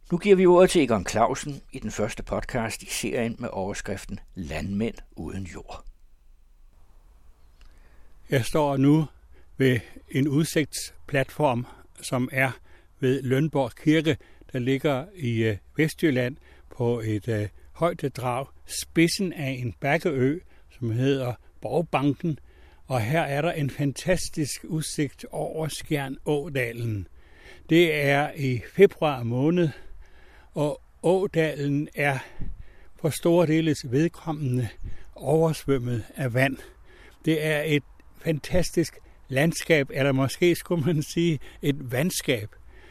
Nu giver vi ordet til Egon Clausen i den første podcast i serien med overskriften Landmænd uden jord. Jeg står nu ved en udsigtsplatform, som er ved Lønborg Kirke, der ligger i Vestjylland på et højdedrag, spidsen af en bakkeø, som hedder Borgbanken. Og her er der en fantastisk udsigt over Skjern-Ådalen. Det er i februar måned, og ådalen er for store deles vedkommende oversvømmet af vand. Det er et fantastisk landskab, eller måske skulle man sige et vandskab.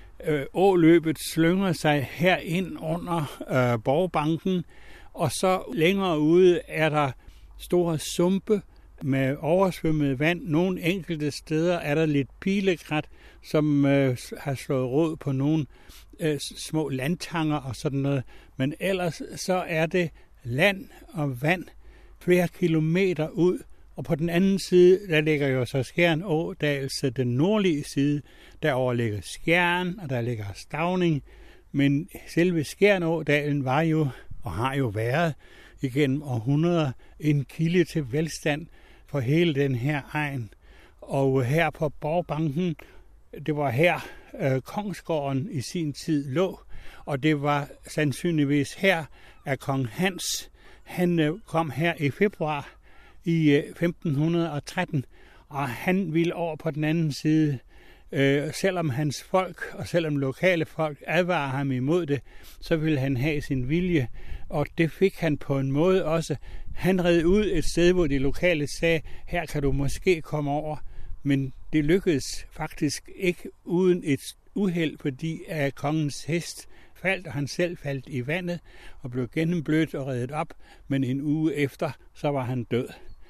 Åløbet slynger sig her ind under Borgbanken, og så længere ude er der store sumpe med oversvømmet vand. Nogle enkelte steder er der lidt pilekrat, som har slået rod på nogle små landtanger og sådan noget. Men ellers så er det land og vand flere kilometer ud. Og på den anden side, der ligger jo så Skjern-Ådal, så den nordlige side, derover ligger Skjern, og der ligger Stauning. Men selve Skjern-Ådalen var jo, og har jo været igennem århundreder, en kilde til velstand for hele den her egn. Og her på Borgbanken, det var her Kongsgården i sin tid lå, og det var sandsynligvis her, at kong Hans, han kom her i februar i 1513, og han ville over på den anden side, selvom hans folk og selvom lokale folk advarer ham imod det, så ville han have sin vilje, og det fik han på en måde også. Han red ud et sted, hvor de lokale sagde, her kan du måske komme over, men det lykkedes faktisk ikke uden et uheld, fordi kongens hest faldt, og han selv faldt i vandet og blev gennemblødt og reddet op, men en uge efter, så var han død.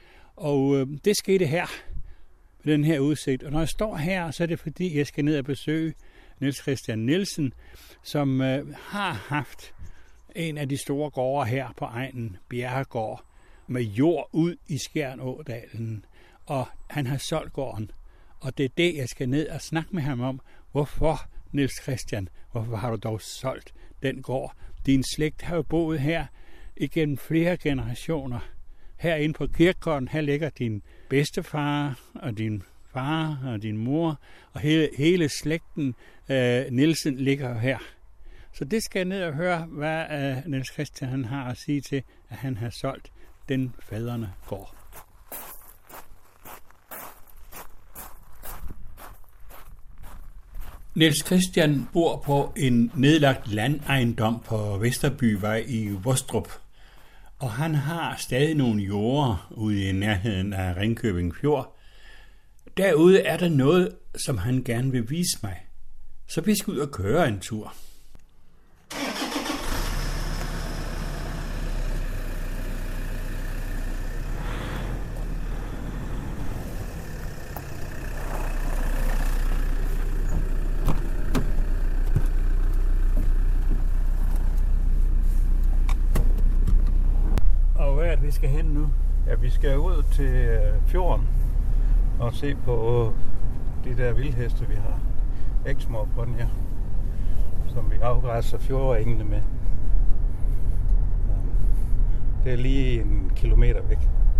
Og det skete her, med den her udsigt. Og når jeg står her, så er det fordi, jeg skal ned og besøge Niels Christian Nielsen, som har haft en af de store gårde her på egnen, Bjerregård, med jord ud i Skjern-Ådalen. Og han har solgt gården. Og det er det, jeg skal ned og snakke med ham om. Hvorfor, Niels Christian, hvorfor har du dog solgt den gård? Din slægt har jo boet her igennem flere generationer. Herinde på kirkegården, her ligger din bedstefar og din far og din mor, og hele slægten Nielsen ligger her. Så det skal jeg ned og høre, hvad Niels Christian han har at sige til, at han har solgt den fædrene gård. Niels Christian bor på en nedlagt landejendom på Vesterbyvej i Vostrup. Og han har stadig nogle jorder ude i nærheden af Ringkøbing Fjord. Derude er der noget, som han gerne vil vise mig. Så vi skal ud og køre en tur. Vi skal hen nu. Ja, vi skal ud til fjorden og se på de der vildheste, vi har. Exmoor Bonnier, som vi afgræsser fjordengene med. Det er lige en kilometer væk.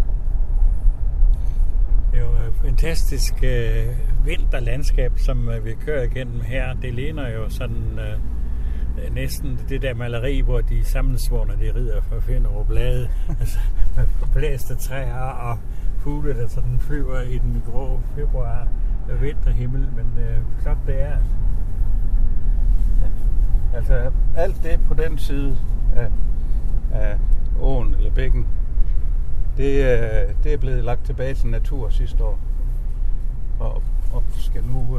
Det er jo et fantastisk vinterlandskab, som vi kører igennem her. Det ligner jo sådan næsten det der maleri, hvor de sammensvorne, de rider for Finderup Lade, altså med blæste træer og fugle, der sådan flyver i den grå februar vinterhimmel, men flot det er. Ja. Altså alt det på den side af åen eller bækken, det er blevet lagt tilbage til natur sidste år, og skal nu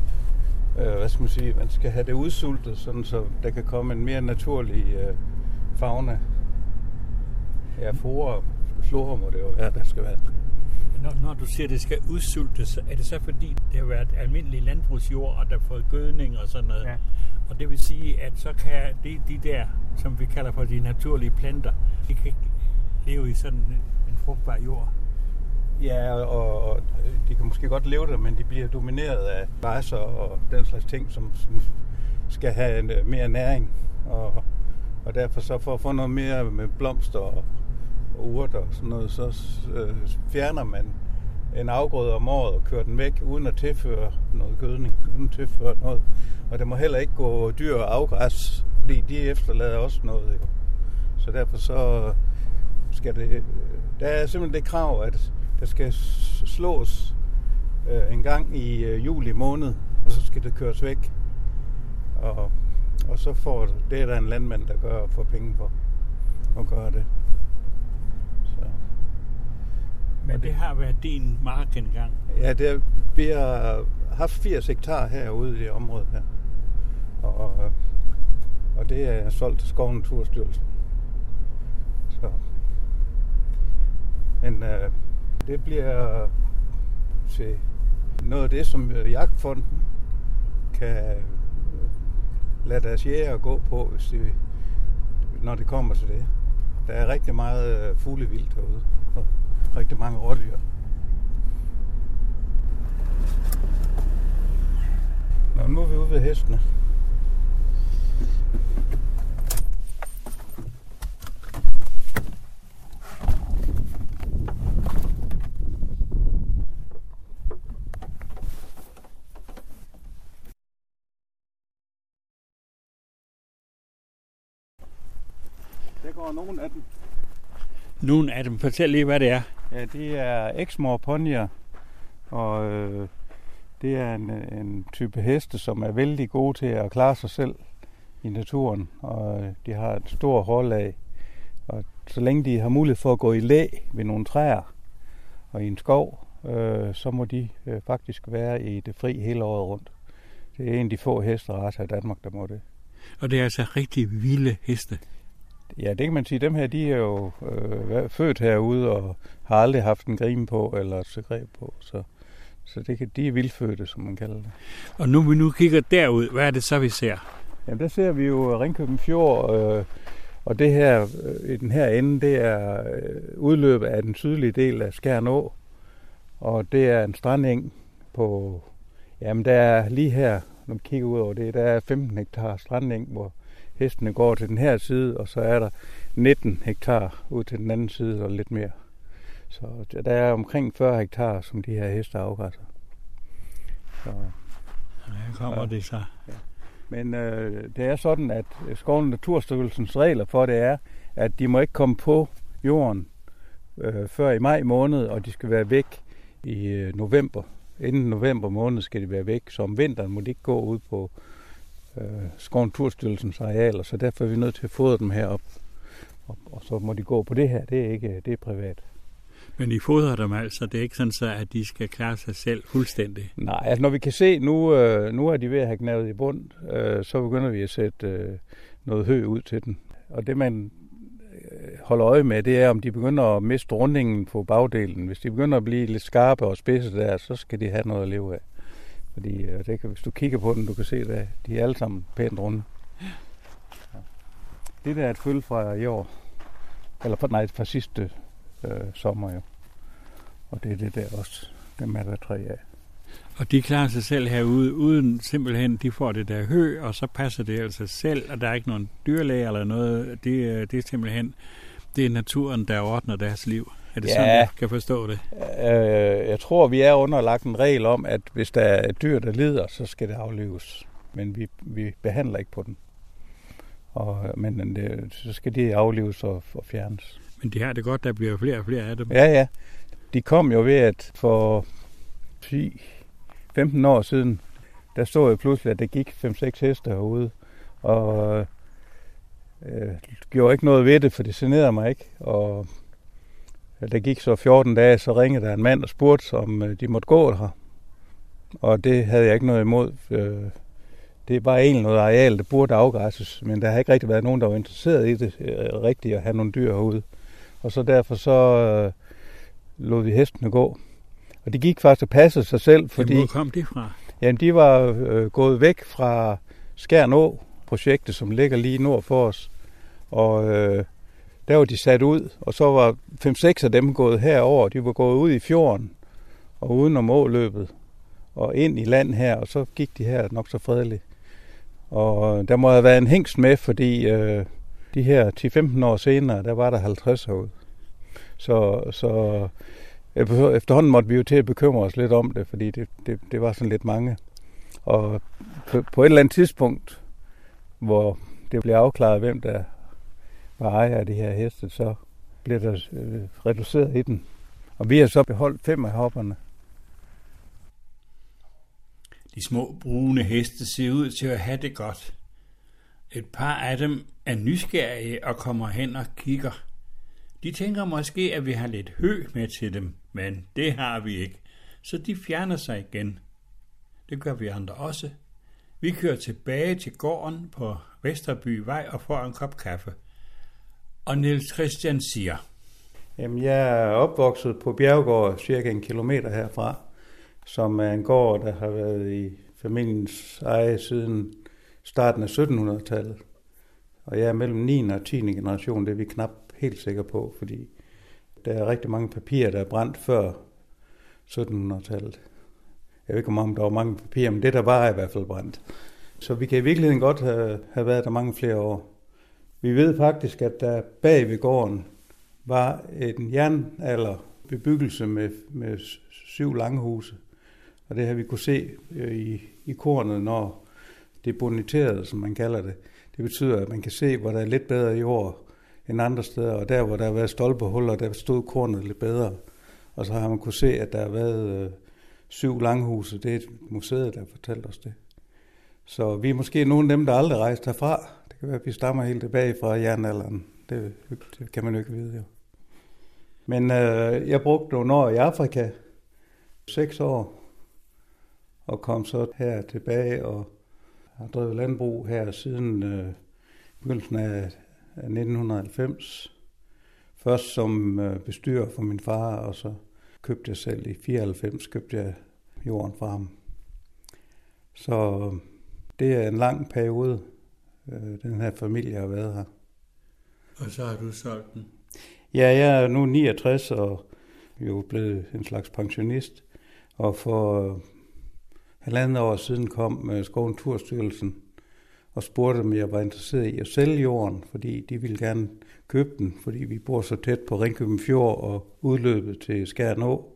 man skal have det udsultet, sådan så der kan komme en mere naturlig fauna. Ja, flora må det jo være, der skal være. Når du siger, at det skal udsultes, er det så fordi, det har været almindelig landbrugsjord, og der har fået gødning og sådan noget? Ja. Og det vil sige, at så kan de der, som vi kalder for de naturlige planter, de kan ikke leve i sådan en frugtbar jord? Ja, og de kan måske godt leve der, men de bliver domineret af græsser og den slags ting, som skal have mere næring. Og derfor så for at få noget mere med blomster og urter og sådan noget, så fjerner man en afgrøde om året og kører den væk, uden at tilføre noget gødning, uden at tilføre noget. Og der må heller ikke gå dyr og afgræs, fordi de efterlader også noget. Jo. Så derfor så skal der er simpelthen det krav, at der skal slås en gang i juli måned, og så skal det køres væk. Og så får det er der en landmand, der gør og får penge for at gøre det. Så. Men det har været din mark engang? Ja, vi har haft 80 hektar herude i det område her. Og det er solgt til Skov- og Naturstyrelsen. Så. Men det bliver til noget af det, som Jagtfonden kan lade deres jæger gå på, når det kommer til det. Der er rigtig meget fuglevildt herude, og rigtig mange rådyr. Nu er vi ude ved hestene. Der går nogle af dem. Nogle af dem. Fortæl lige, hvad det er. Ja, det er Exmoor ponyer, og det er en type heste, som er vældig gode til at klare sig selv i naturen, og de har et stort hårlag. Og så længe de har mulighed for at gå i læ ved nogle træer og i en skov, så må de faktisk være i det fri hele året rundt. Det er en af de få hesteracer i Danmark, der må det. Og det er altså rigtig vilde heste. Ja, det kan man sige. Dem her, de er jo født herude og har aldrig haft en grime på eller et sekret på. Så de er vildfødte, som man kalder det. Og nu vi nu kigger derud, hvad er det så, vi ser? Jamen, der ser vi jo Ringkøbing Fjord, og det her, i den her ende, det er udløbet af den sydlige del af Skjern Å. Og det er en strandeng på, jamen der er lige her, når vi kigger ud over det, der er 15 hektar strandeng, hvor hestene går til den her side, og så er der 19 hektar ud til den anden side og lidt mere. Så der er omkring 40 hektar, som de her heste afgræsser. Så, her kommer det så. Ja. Men det er sådan, at Skov- og Naturstyrelsens regler for det er, at de må ikke komme på jorden før i maj måned, og de skal være væk i november. Inden november måned skal de være væk, så om vinteren må de ikke gå ud på Skov- og Naturstyrelsens arealer, så derfor er vi nødt til at fodre dem herop. Og så må de gå på det her, det er privat. Men I fodrer dem altså, det er ikke sådan så, at de skal klare sig selv fuldstændig? Nej, altså når vi kan se, nu er de ved at have gnavet i bund, så begynder vi at sætte noget hø ud til den. Og det man holder øje med, det er, om de begynder at miste rundingen på bagdelen. Hvis de begynder at blive lidt skarpe og spidse der, så skal de have noget at leve af. Fordi hvis du kigger på den, du kan se det, de er alle sammen pænt runde. Ja. Det der er et følge fra i år, eller fra sidste sommer jo. Og det er det der også, dem er der 3 af. Og de klarer sig selv herude, uden simpelthen, de får det der hø, og så passer det altså selv, og der er ikke nogen dyrlæge eller noget. Det er simpelthen, det er naturen, der ordner deres liv. Er det sådan, jeg kan forstå det? Jeg tror, vi er underlagt en regel om, at hvis der er et dyr, der lider, så skal det aflives. Men vi behandler ikke på den. Men så skal de aflives og fjernes. Men det her er det godt, der bliver flere og flere af dem. Ja. De kom jo ved, at for 10-15 år siden, der så jeg pludselig, at der gik 5-6 heste herude. Og gjorde ikke noget ved det, for det generede mig ikke. Og der gik så 14 dage, så ringede der en mand og spurgte, om de måtte gå her. Og det havde jeg ikke noget imod. Det var egentlig noget areal, der burde afgræsses, men der har ikke rigtig været nogen, der var interesseret i det rigtigt at have nogle dyr herude. Og så derfor så lod vi hestene gå. Og de gik faktisk og passede sig selv, fordi... Hvor kom de fra? Jamen, de var gået væk fra Skjern Å-projektet, som ligger lige nord for os. Og der var de sat ud, og så var 5-6 af dem gået herover. De var gået ud i fjorden og udenom åløbet og ind i land her, og så gik de her nok så fredeligt. Og der må have været en hingst med, fordi de her 10-15 år senere, der var der 50 herude. Så efterhånden måtte vi jo til at bekymre os lidt om det, fordi det var sådan lidt mange. Og på et eller andet tidspunkt, hvor det blev afklaret, hvem der var ejer af de her heste, så blev der reduceret i den. Og vi har så beholdt 5 af hopperne. De små brune heste ser ud til at have det godt. Et par af dem er nysgerrige og kommer hen og kigger. De tænker måske, at vi har lidt hø med til dem, men det har vi ikke, så de fjerner sig igen. Det gør vi andre også. Vi kører tilbage til gården på Vesterbyvej og får en kop kaffe. Og Niels Christian siger: Jamen, jeg er opvokset på Bjergård, cirka 1 kilometer herfra, som er en gård, der har været i familiens eje siden starten af 1700-tallet. Og jeg er mellem 9. og 10. generation, det er vi knap helt sikre på, fordi der er rigtig mange papirer, der er brændt før 1700-tallet. Jeg ved ikke, om der var mange papirer, men det der var i hvert fald brændt. Så vi kan i virkeligheden godt have været der mange flere år. Vi ved faktisk, at der bag ved gården var en jernalderbebyggelse med 7 langhuse. Og det har vi kunne se i kornet, når det er boniteret, som man kalder det. Det betyder, at man kan se, hvor der er lidt bedre jord end andre steder, og der, hvor der har været stolpehuller, der stod kornet lidt bedre. Og så har man kunne se, at der har været 7 langhuse. Det er museet, der har fortalt os det. Så vi er måske nogle af dem, der aldrig rejste herfra. Det kan være, at vi stammer helt tilbage fra jernalderen. Det kan man jo ikke vide, jo. Men jeg brugte nogle år i Afrika, 6 år, og kom så her tilbage og har drevet landbrug her siden begyndelsen af 1990. Først som bestyrer for min far, og så købte jeg selv i 94, købte jeg jorden fra ham. Så det er en lang periode, den her familie har været her. Og så har du solgt den? Ja, jeg er nu 69 og jo blevet en slags pensionist. Og for 1,5 år siden kom Skovnaturstyrelsen og spurgte, om jeg var interesseret i at sælge jorden, fordi de ville gerne købe den, fordi vi bor så tæt på Ringkøbing Fjord og udløbet til Skjern Å.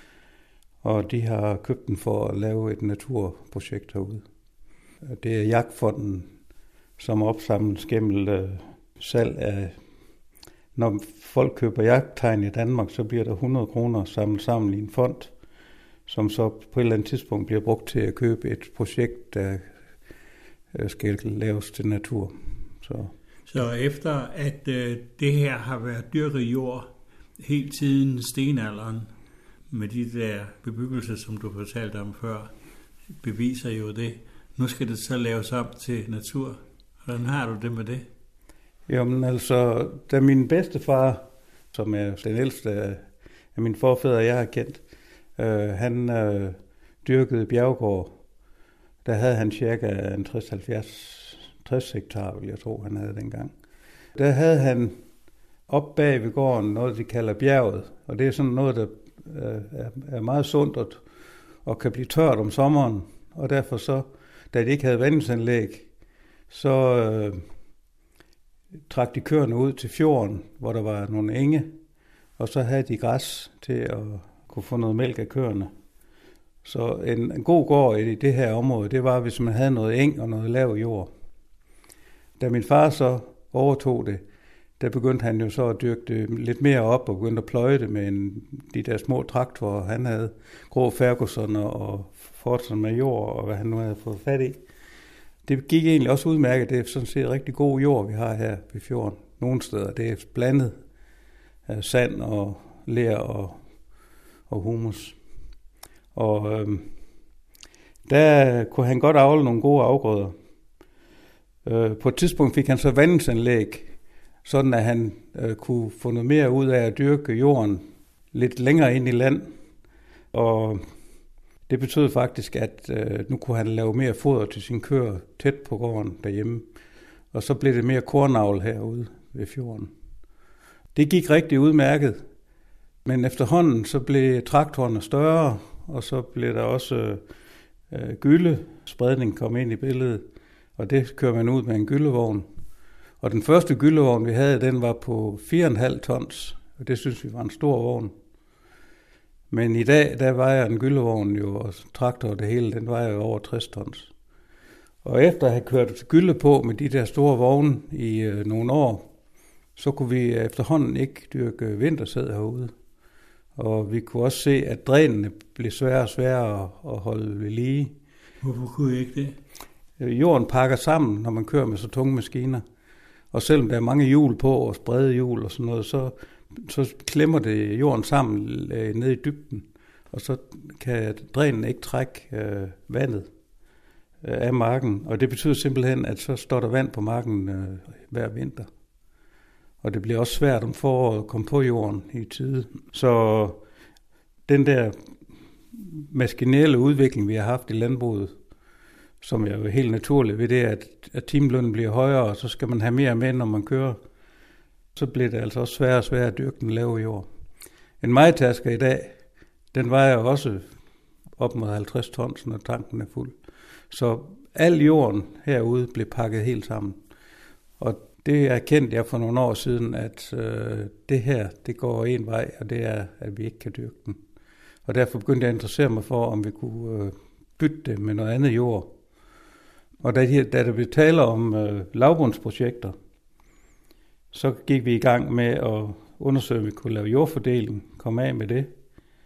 Og de har købt den for at lave et naturprojekt herude. Det er Jagtfonden, som opsamles gennem salg af. Når folk køber jagttegn i Danmark, så bliver der 100 kroner samlet sammen i en fond, som så på et eller andet tidspunkt bliver brugt til at købe et projekt, der skal laves til natur. Så efter at det her har været dyrket jord helt siden stenalderen, med de der bebyggelser, som du fortalte om før, beviser jo det. Nu skal det så laves op til natur. Hvordan har du det med det? Jamen altså, da min bedstefar, som er den ældste af mine forfædre, jeg har kendt, han dyrkede Bjergård, der havde han cirka 60 hektar, vil jeg tro, han havde dengang. Der havde han op bag ved gården noget, de kalder bjerget, og det er sådan noget, der er meget sundt og kan blive tørt om sommeren, og derfor så, da de ikke havde vandingsanlæg, så trak de køerne ud til fjorden, hvor der var nogle enge, og så havde de græs til at kunne få noget mælk af køerne. Så en god gård i det her område, det var, hvis man havde noget eng og noget lav jord. Da min far så overtog det, der begyndte han jo så at dyrke det lidt mere op og begyndte at pløje det med de der små traktorer, han havde, Grå Ferguson og Fortson med jord og hvad han nu havde fået fat i. Det gik egentlig også udmærket. Det er sådan set rigtig god jord, vi har her ved fjorden. Nogle steder, det er blandet af sand og ler og humus. Og der kunne han godt avle nogle gode afgrøder. På et tidspunkt fik han så vandingsanlæg, sådan at han kunne få noget mere ud af at dyrke jorden lidt længere ind i land. Og det betød faktisk, at nu kunne han lave mere foder til sine køer tæt på gården derhjemme. Og så blev det mere kornavl herude ved fjorden. Det gik rigtig udmærket, men efterhånden så blev traktorerne større, og så blev der også gyldespredning kom ind i billedet. Og det kører man ud med en gyllevogn. Og den første gyllevogn, vi havde, den var på 4,5 tons, og det synes vi var en stor vogn. Men i dag, der vejer en gyllevogn jo, og traktor og det hele, den vejer jo over 60 tons. Og efter at have kørt gylde på med de der store vogne i nogle år, så kunne vi efterhånden ikke dyrke vintersæd herude. Og vi kunne også se, at drænene blev sværere og sværere at holde ved lige. Hvorfor kunne I ikke det? Jorden pakker sammen, når man kører med så tunge maskiner. Og selvom der er mange hjul på og spredte hjul og sådan noget, så klemmer det jorden sammen ned i dybden. Og så kan drænen ikke trække vandet af marken. Og det betyder simpelthen, at så står der vand på marken hver vinter. Og det bliver også svært om foråret at komme på jorden i tide. Så den der maskinelle udvikling, vi har haft i landbruget, som er jo helt naturligt ved det, at timelønnen bliver højere, og så skal man have mere med, når man kører, så bliver det altså også sværere og sværere at dyrke den lave jord. En majtasker i dag, den vejer også op mod 50 tons, når tanken er fuld. Så al jorden herude blev pakket helt sammen. Og det erkendte jeg for nogle år siden, at det her, det går en vej, og det er, at vi ikke kan dyrke den. Og derfor begyndte jeg at interessere mig for, om vi kunne bytte det med noget andet jord. Og da der blev tale om lavbundsprojekter, så gik vi i gang med at undersøge, om vi kunne lave jordfordeling, komme af med det.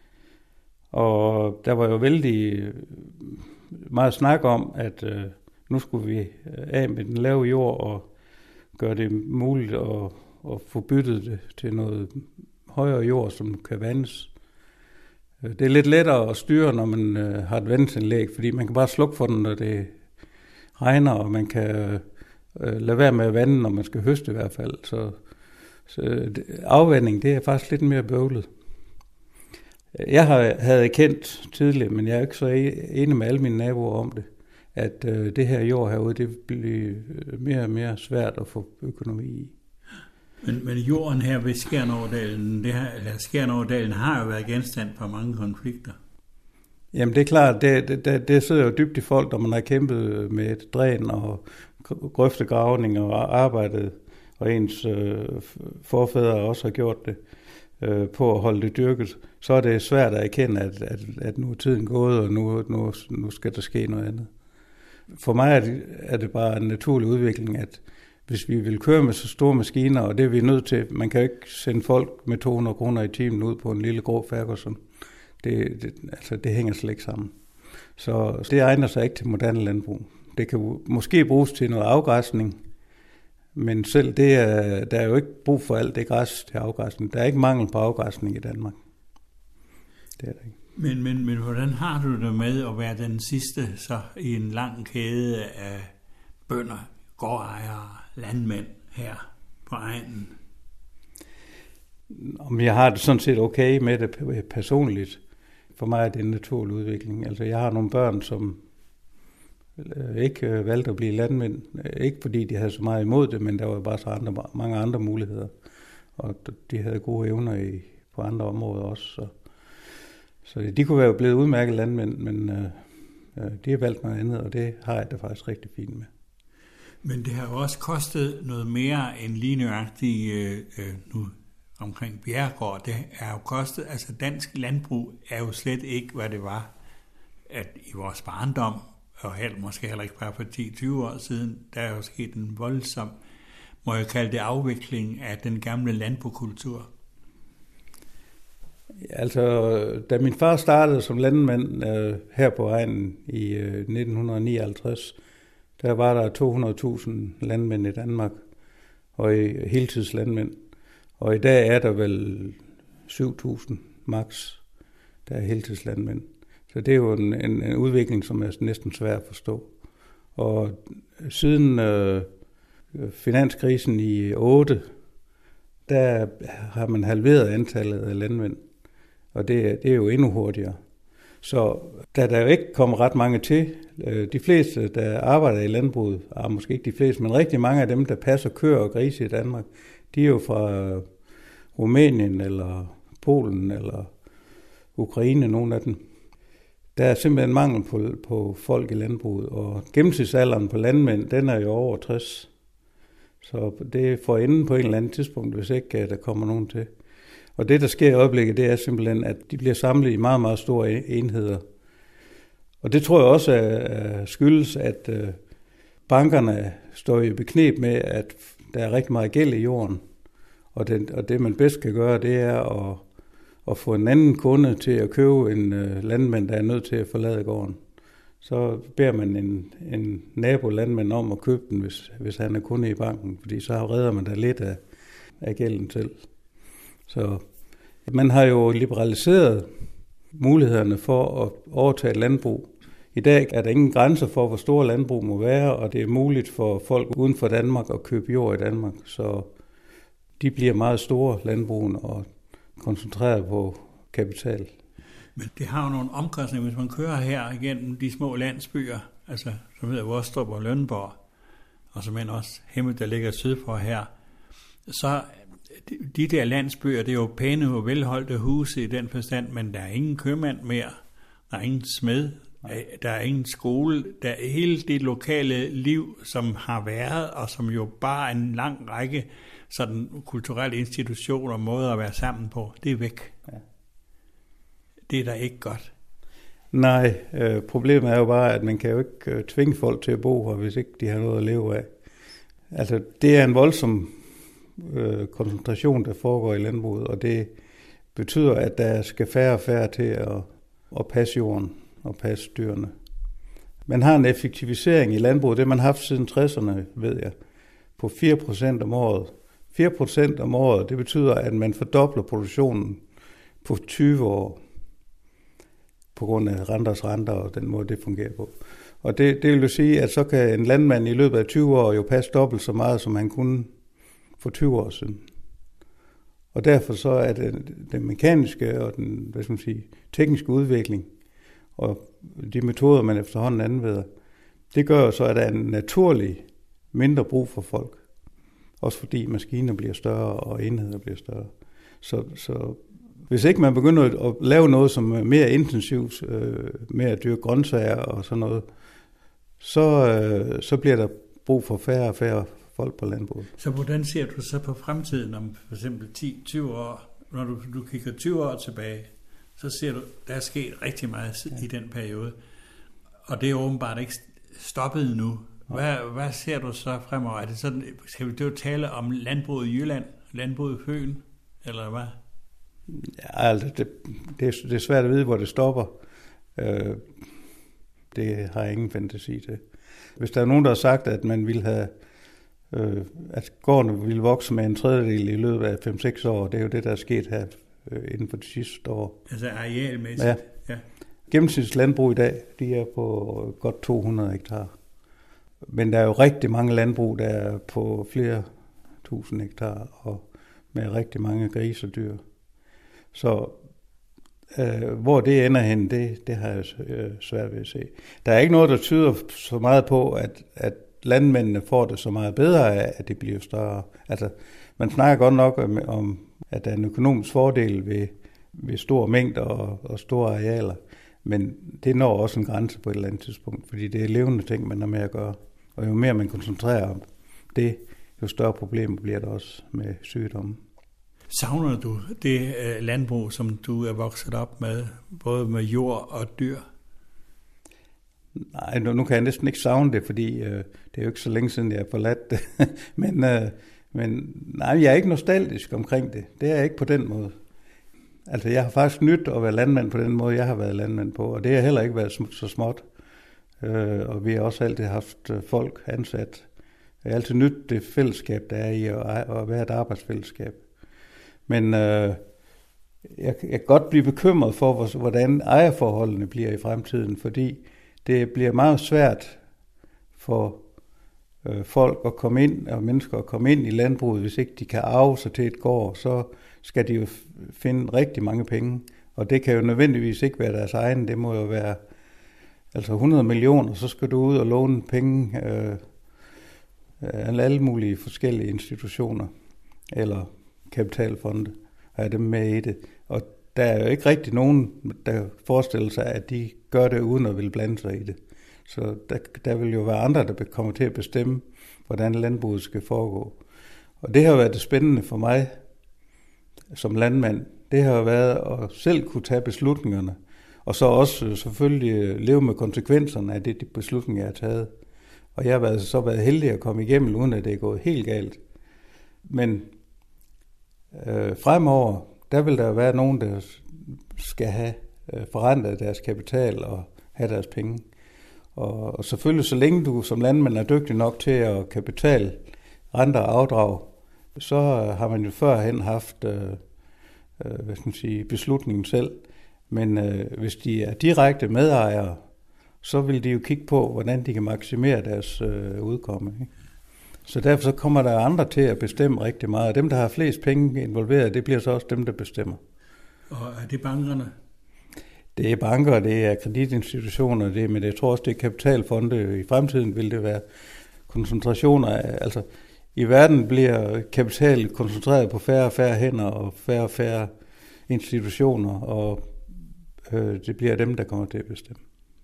Og der var jo vældig meget snak om, at nu skulle vi af med den lave jord og gøre det muligt at få byttet det til noget højere jord, som kan vandes. Det er lidt lettere at styre, når man har et vandsanlæg, fordi man kan bare slukke for den, når det regner, og man kan lade være med at vande, når man skal høste i hvert fald. Så afvanding, det er faktisk lidt mere bøvlet. Jeg havde kendt tidligere, men jeg er ikke så enig med alle mine naboer om det, at det her jord herude, det bliver mere og mere svært at få økonomi i. Men jorden her ved Skjernådalen har jo været genstand for mange konflikter. Jamen det er klart, det sidder jo dybt i folk, når man har kæmpet med et dræn og grøftegravning og arbejdet, og ens forfædre også har gjort det på at holde det dyrket. Så er det svært at erkende, at nu er tiden gået, og nu skal der ske noget andet. For mig er det bare en naturlig udvikling, at hvis vi vil køre med så store maskiner, og det er vi nødt til, man kan jo ikke sende folk med 200 kroner i timen ud på en lille grå Ferguson. Det hænger slet ikke sammen. Så det egner sig ikke til moderne landbrug. Det kan måske bruges til noget afgræsning, men selv det der er jo ikke brug for alt det græs til afgræsning. Der er ikke mangel på afgræsning i Danmark. Det er der ikke. Men hvordan har du det med at være den sidste så i en lang kæde af bønder, gårdejere, landmænd her på egnen? Om jeg har det sådan set okay med det personligt. For mig er det en naturlig udvikling. Altså jeg har nogle børn, som ikke valgte at blive landmænd. Ikke fordi de havde så meget imod det, men der var bare så mange andre muligheder. Og de havde gode evner på andre områder også. Så de kunne være blevet udmærket landmænd, men de har valgt noget andet, og det har jeg da faktisk rigtig fint med. Men det har jo også kostet noget mere end lige nøjagtigt nu omkring Bjerregaard. Det er jo kostet, altså dansk landbrug er jo slet ikke, hvad det var at i vores barndom, og måske heller ikke bare for 10-20 år siden, der er jo sket en voldsom, må jeg kalde det, afvikling af den gamle landbrugskultur. Altså, da min far startede som landmand her på egnen i 1959, der var der 200.000 landmænd i Danmark, og heltidslandmænd. Og i dag er der vel 7.000 max, der er heltidslandmænd. Så det er jo en udvikling, som er næsten svær at forstå. Og siden finanskrisen i 2008, der har man halveret antallet af landmænd. Og det er jo endnu hurtigere. Så da der jo ikke kommer ret mange til, de fleste, der arbejder i landbruget, måske ikke de fleste, men rigtig mange af dem, der passer køer og grise i Danmark, de er jo fra Rumænien eller Polen eller Ukraine, nogle af dem. Der er simpelthen mangel på folk i landbruget, og gennemsnitsalderen på landmænd, den er jo over 60. Så det får enden på en eller anden tidspunkt, hvis ikke der kommer nogen til. Og det, der sker i øjeblikket, det er simpelthen, at de bliver samlet i meget, meget store enheder. Og det tror jeg også skyldes, at bankerne står i bekneb med, at der er rigtig meget gæld i jorden. Og det man bedst kan gøre, det er at få en anden kunde til at købe en landmand, der er nødt til at forlade gården. Så beder man en nabolandmand om at købe den, hvis han er kunde i banken, fordi så redder man da lidt af gælden selv. Så man har jo liberaliseret mulighederne for at overtage et landbrug. I dag er der ingen grænser for, hvor store landbrug må være, og det er muligt for folk uden for Danmark at købe jord i Danmark. Så de bliver meget store landbrugene og koncentreret på kapital. Men det har jo nogle omkostninger, hvis man kører her igennem de små landsbyer, altså som hedder Vostrup og Lønborg, og som også Hemmet, der ligger sydpå her, så de der landsbyer, det er jo pæne og velholdte huse i den forstand, men der er ingen købmand mere, der er ingen smed, der er ingen skole, der er hele det lokale liv, som har været, og som jo bare er en lang række sådan kulturelle institutioner og måder at være sammen på, det er væk. Ja. Det er da ikke godt. Nej, problemet er jo bare, at man kan jo ikke tvinge folk til at bo her, hvis ikke de har noget at leve af. Altså, det er en voldsom koncentration, der foregår i landbruget, og det betyder, at der skal færre og færre til at passe jorden og passe dyrene. Man har en effektivisering i landbruget, det man har haft siden 60'erne, ved jeg, på 4% om året. 4% om året, det betyder, at man fordobler produktionen på 20 år, på grund af renter og den måde, det fungerer på. Og det vil jo sige, at så kan en landmand i løbet af 20 år jo passe dobbelt så meget, som han kunne for 20 år siden. Og derfor så er det den mekaniske og den tekniske udvikling og de metoder, man efterhånden anvender, det gør jo så, at der er en naturlig mindre brug for folk. Også fordi maskiner bliver større og enheder bliver større. Så hvis ikke man begynder at lave noget, som er mere intensivt, med at dyrke grøntsager og sådan noget, så bliver der brug for færre og færre folk på landbruget. Så hvordan ser du så på fremtiden om for eksempel 10-20 år? Når du kigger 20 år tilbage, så ser du, der er sket rigtig meget i den periode. Og det er åbenbart ikke stoppet nu. Hvad ser du så fremover? Er det sådan, skal vi jo tale om landbruget i Jylland, landbruget i Fyn, eller hvad? Ja, altså det er svært at vide, hvor det stopper. Det har jeg ingen fantasi til. Hvis der er nogen, der har sagt, at man ville have, at gårdene ville vokse med en tredjedel i løbet af 5-6 år, det er jo det, der er sket her inden for de sidste år. Altså arealmæssigt? Ja. Gennemsnitslandbrug i dag, de er på godt 200 hektar. Men der er jo rigtig mange landbrug, der er på flere tusind hektar, og med rigtig mange grise og dyr. Så hvor det ender hen, det har jeg svært ved at se. Der er ikke noget, der tyder så meget på, at landmændene får det så meget bedre af, at det bliver større. Altså, man snakker godt nok om, at der er en økonomisk fordel ved store mængder og store arealer, men det når også en grænse på et eller andet tidspunkt, fordi det er levende ting, man har med at gøre. Og jo mere man koncentrerer om det, jo større problemer bliver der også med sygdomme. Savner du det landbrug, som du er vokset op med, både med jord og dyr? Nej, nu kan jeg næsten ikke savne det, fordi det er jo ikke så længe siden, jeg har forladt det. men nej, jeg er ikke nostalgisk omkring det. Det er jeg ikke på den måde. Altså, jeg har faktisk nydt at være landmand på den måde, jeg har været landmand på, og det har heller ikke været så småt. Og vi har også altid haft folk ansat. Jeg har altid nydt det fællesskab, der er i at være et arbejdsfællesskab. Men jeg kan godt blive bekymret for, hvordan ejerforholdene bliver i fremtiden, fordi det bliver meget svært for folk at komme ind, og mennesker at komme ind i landbruget, hvis ikke de kan arve sig til et gård, så skal de jo finde rigtig mange penge. Og det kan jo nødvendigvis ikke være deres egen, det må jo være altså 100 millioner, så skal du ud og låne penge af alle mulige forskellige institutioner, eller kapitalfonde, og have dem med i det. Og der er jo ikke rigtig nogen, der forestiller sig, at de gør det uden at ville blande sig i det. Så der vil jo være andre, der kommer til at bestemme, hvordan landbruget skal foregå. Og det har været det spændende for mig som landmand. Det har været at selv kunne tage beslutningerne, og så også selvfølgelig leve med konsekvenserne af de beslutninger, jeg har taget. Og jeg har så været heldig at komme igennem, uden at det er gået helt galt. Men fremover, der vil der være nogen, der skal have forrentet deres kapital og have deres penge. Og selvfølgelig, så længe du som landmand er dygtig nok til at kapital, renter og afdrag, så har man jo førhen haft beslutningen selv. Men hvis de er direkte medejere, så vil de jo kigge på, hvordan de kan maksimere deres udkomme. Ikke? Så derfor så kommer der andre til at bestemme rigtig meget. Og dem, der har flest penge involveret, det bliver så også dem, der bestemmer. Og er det bankerne? Det er banker, det er kreditinstitutioner, men jeg tror også, det er kapitalfonde. I fremtiden vil det være koncentrationer. Altså, i verden bliver kapital koncentreret på færre og færre hænder og færre institutioner, og det bliver dem, der kommer til at bestemme.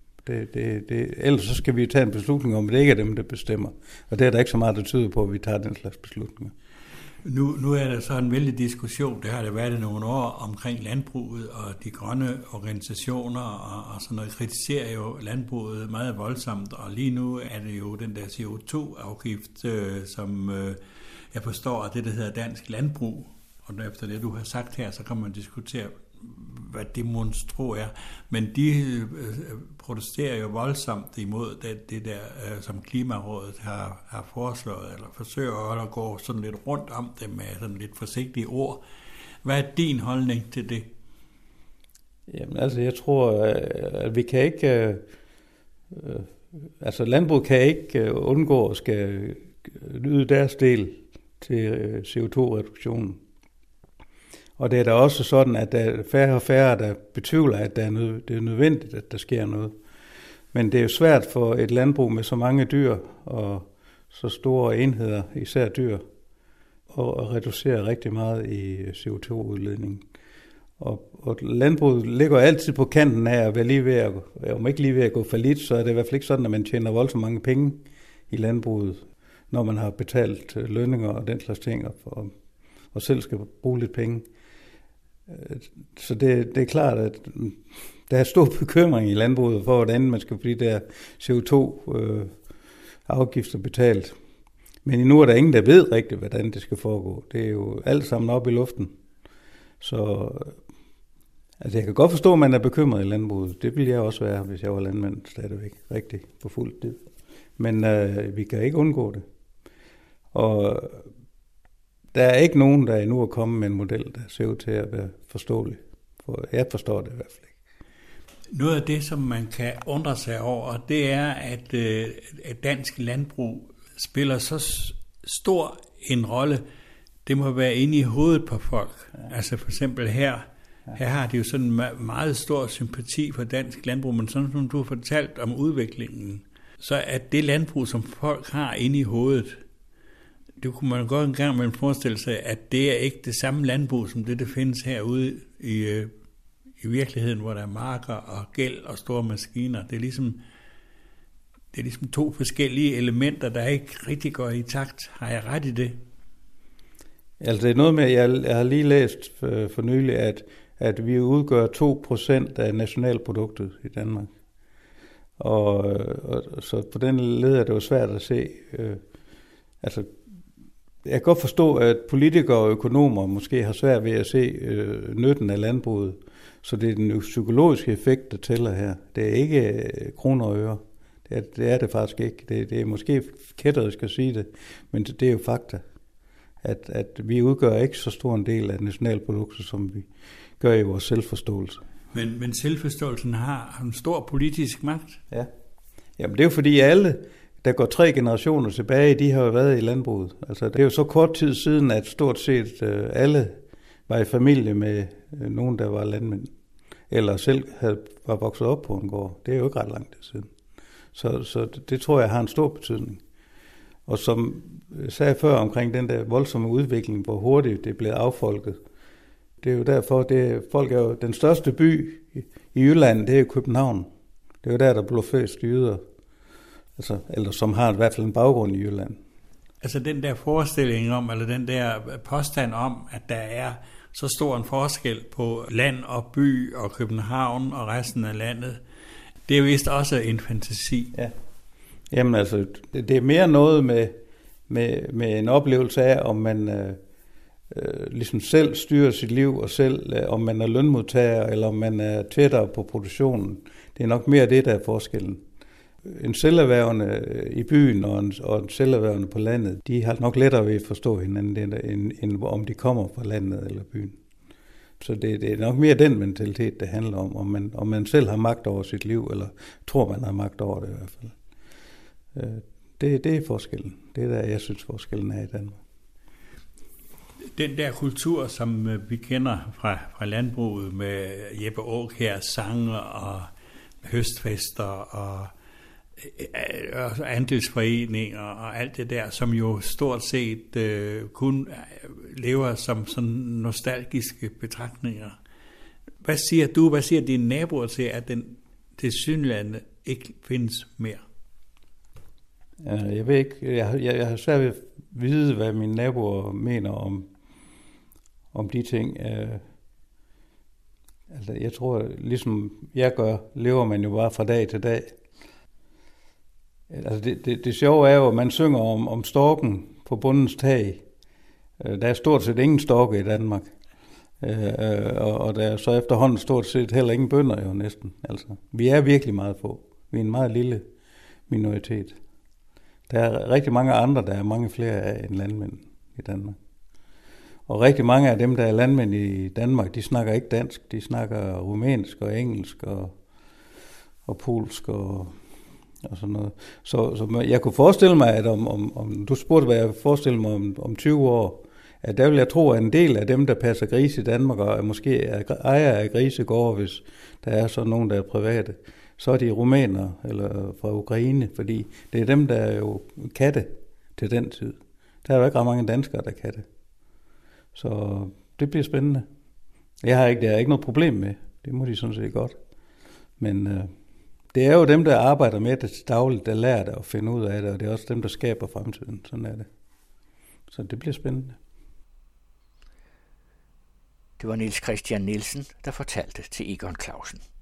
Ellers så skal vi tage en beslutning om, at det ikke er dem, der bestemmer. Og det er der ikke så meget, der tyder på, at vi tager den slags beslutninger. Nu er der så en vældig diskussion, det har der været i nogle år, omkring landbruget, og de grønne organisationer og sådan noget kritiserer jo landbruget meget voldsomt, og lige nu er det jo den der CO2-afgift, som jeg forstår, at det der hedder dansk landbrug, og efter det du har sagt her, så kan man diskutere, hvad det monstro er, men de protesterer jo voldsomt imod det der, som Klimarådet har foreslået, eller forsøger at gå sådan lidt rundt om det med sådan lidt forsigtige ord. Hvad er din holdning til det? Jamen altså, jeg tror, at vi kan ikke, landbruget kan ikke undgå at skal yde deres del til CO2-reduktionen. Og det er da også sådan, at der er færre og færre, der betvivler, at det er nødvendigt, at der sker noget. Men det er jo svært for et landbrug med så mange dyr og så store enheder, især dyr, at reducere rigtig meget i CO2-udledningen. Og landbruget ligger altid på kanten af at være lige ved at, om ikke lige ved at gå fallit, så er det i hvert fald ikke sådan, at man tjener voldsomt mange penge i landbruget, når man har betalt lønninger og den slags ting, og selv skal bruge lidt penge. Så det er klart, at der er stor bekymring i landbruget for, hvordan man skal få de der CO2-afgifter betalt. Men nu er der ingen, der ved rigtigt, hvordan det skal foregå. Det er jo alt sammen op i luften. Så altså jeg kan godt forstå, at man er bekymret i landbruget. Det ville jeg også være, hvis jeg var landmand stadigvæk rigtig på fuldt det. Men vi kan ikke undgå det. Og der er ikke nogen, der endnu er kommet med en model, der ser ud til at være forståelig. For jeg forstår det i hvert fald ikke. Noget af det, som man kan undre sig over, det er, at dansk landbrug spiller så stor en rolle. Det må være inde i hovedet på folk. Ja. Altså for eksempel her har de jo sådan meget stor sympati for dansk landbrug, men sådan som du har fortalt om udviklingen, så er det landbrug, som folk har inde i hovedet, det kunne man godt en gang med forestille sig, at det er ikke det samme landbrug, som det findes herude i virkeligheden, hvor der er marker og gæld og store maskiner. Det er ligesom to forskellige elementer, der ikke rigtig går i takt. Har jeg ret i det? Altså det er noget med, jeg har lige læst for nylig, at vi udgør 2% af nationalproduktet i Danmark. Og så på den led er det jo svært at se. Jeg kan godt forstå, at politikere og økonomer måske har svært ved at se nytten af landbruget. Så det er den psykologiske effekt, der tæller her. Det er ikke kroner og øre. Det er det faktisk ikke. Det er måske kætterisk at sige det, men det er jo fakta. At vi udgør ikke så stor en del af nationalproduktet, som vi gør i vores selvforståelse. Men selvforståelsen har en stor politisk magt? Ja. Jamen det er jo fordi alle, der går 3 generationer tilbage, de har jo været i landbruget. Altså det er jo så kort tid siden, at stort set alle var i familie med nogen, der var landmænd. Eller selv var vokset op på en gård. Det er jo ikke ret langt siden. Så det tror jeg har en stor betydning. Og som jeg sagde før omkring den der voldsomme udvikling, hvor hurtigt det blev affolket, Det er jo derfor, folk er jo den største by i Jylland, det er jo København. Det er jo der blev flest jyder, altså, eller som har i hvert fald en baggrund i Jylland. Altså den der forestilling om, eller den der påstand om, at der er så stor en forskel på land og by og København og resten af landet, det er vist også en fantasi. Ja. Jamen altså, det er mere noget med en oplevelse af, om man ligesom selv styrer sit liv, og selv om man er lønmodtager, eller om man er tættere på produktionen. Det er nok mere det, der er forskellen. En selverhvervende i byen og en selverhvervende på landet, de har nok lettere ved at forstå hinanden, end om de kommer fra landet eller byen. Så det er nok mere den mentalitet, det handler om man selv har magt over sit liv, eller tror, man har magt over det i hvert fald. Det er forskellen. Det er der, jeg synes, forskellen er i Danmark. Den der kultur, som vi kender fra landbruget med Jeppe Aakjærs sange og høstfester og andelsforeninger og alt det der, som jo stort set kun lever som sådan nostalgiske betragtninger. Hvad siger du, hvad siger dine naboer til, at den tilsyneladende ikke findes mere? Jeg ved ikke, jeg har svært ved at vide, hvad mine naboer mener om de ting. Altså, jeg tror, ligesom jeg gør, lever man jo bare fra dag til dag. Altså, det sjove er jo, at man synger om storken på bondens tag. Der er stort set ingen storke i Danmark. Og der er så efterhånden stort set heller ingen bønder jo næsten. Altså, vi er virkelig meget få. Vi er en meget lille minoritet. Der er rigtig mange andre, der er mange flere af end landmænd i Danmark. Og rigtig mange af dem, der er landmænd i Danmark, de snakker ikke dansk. De snakker rumænsk og engelsk og polsk og sådan noget. Så jeg kunne forestille mig, at om du spurgte, hvad jeg forestiller mig om 20 år, at der vil jeg tro, at en del af dem, der passer grise i Danmark, og måske er ejer af grisegårde, hvis der er så nogen, der er private, så er de rumænere eller fra Ukraine, fordi det er dem, der er jo katte til den tid. Der er jo ikke ret mange danskere, der kan det. Så det bliver spændende. Jeg har ikke noget problem med. Det må de sådan set godt. Men det er jo dem, der arbejder med det dagligt, der lærer det og finder ud af det, og det er også dem, der skaber fremtiden. Sådan er det. Så det bliver spændende. Det var Niels Christian Nielsen, der fortalte til Egon Clausen.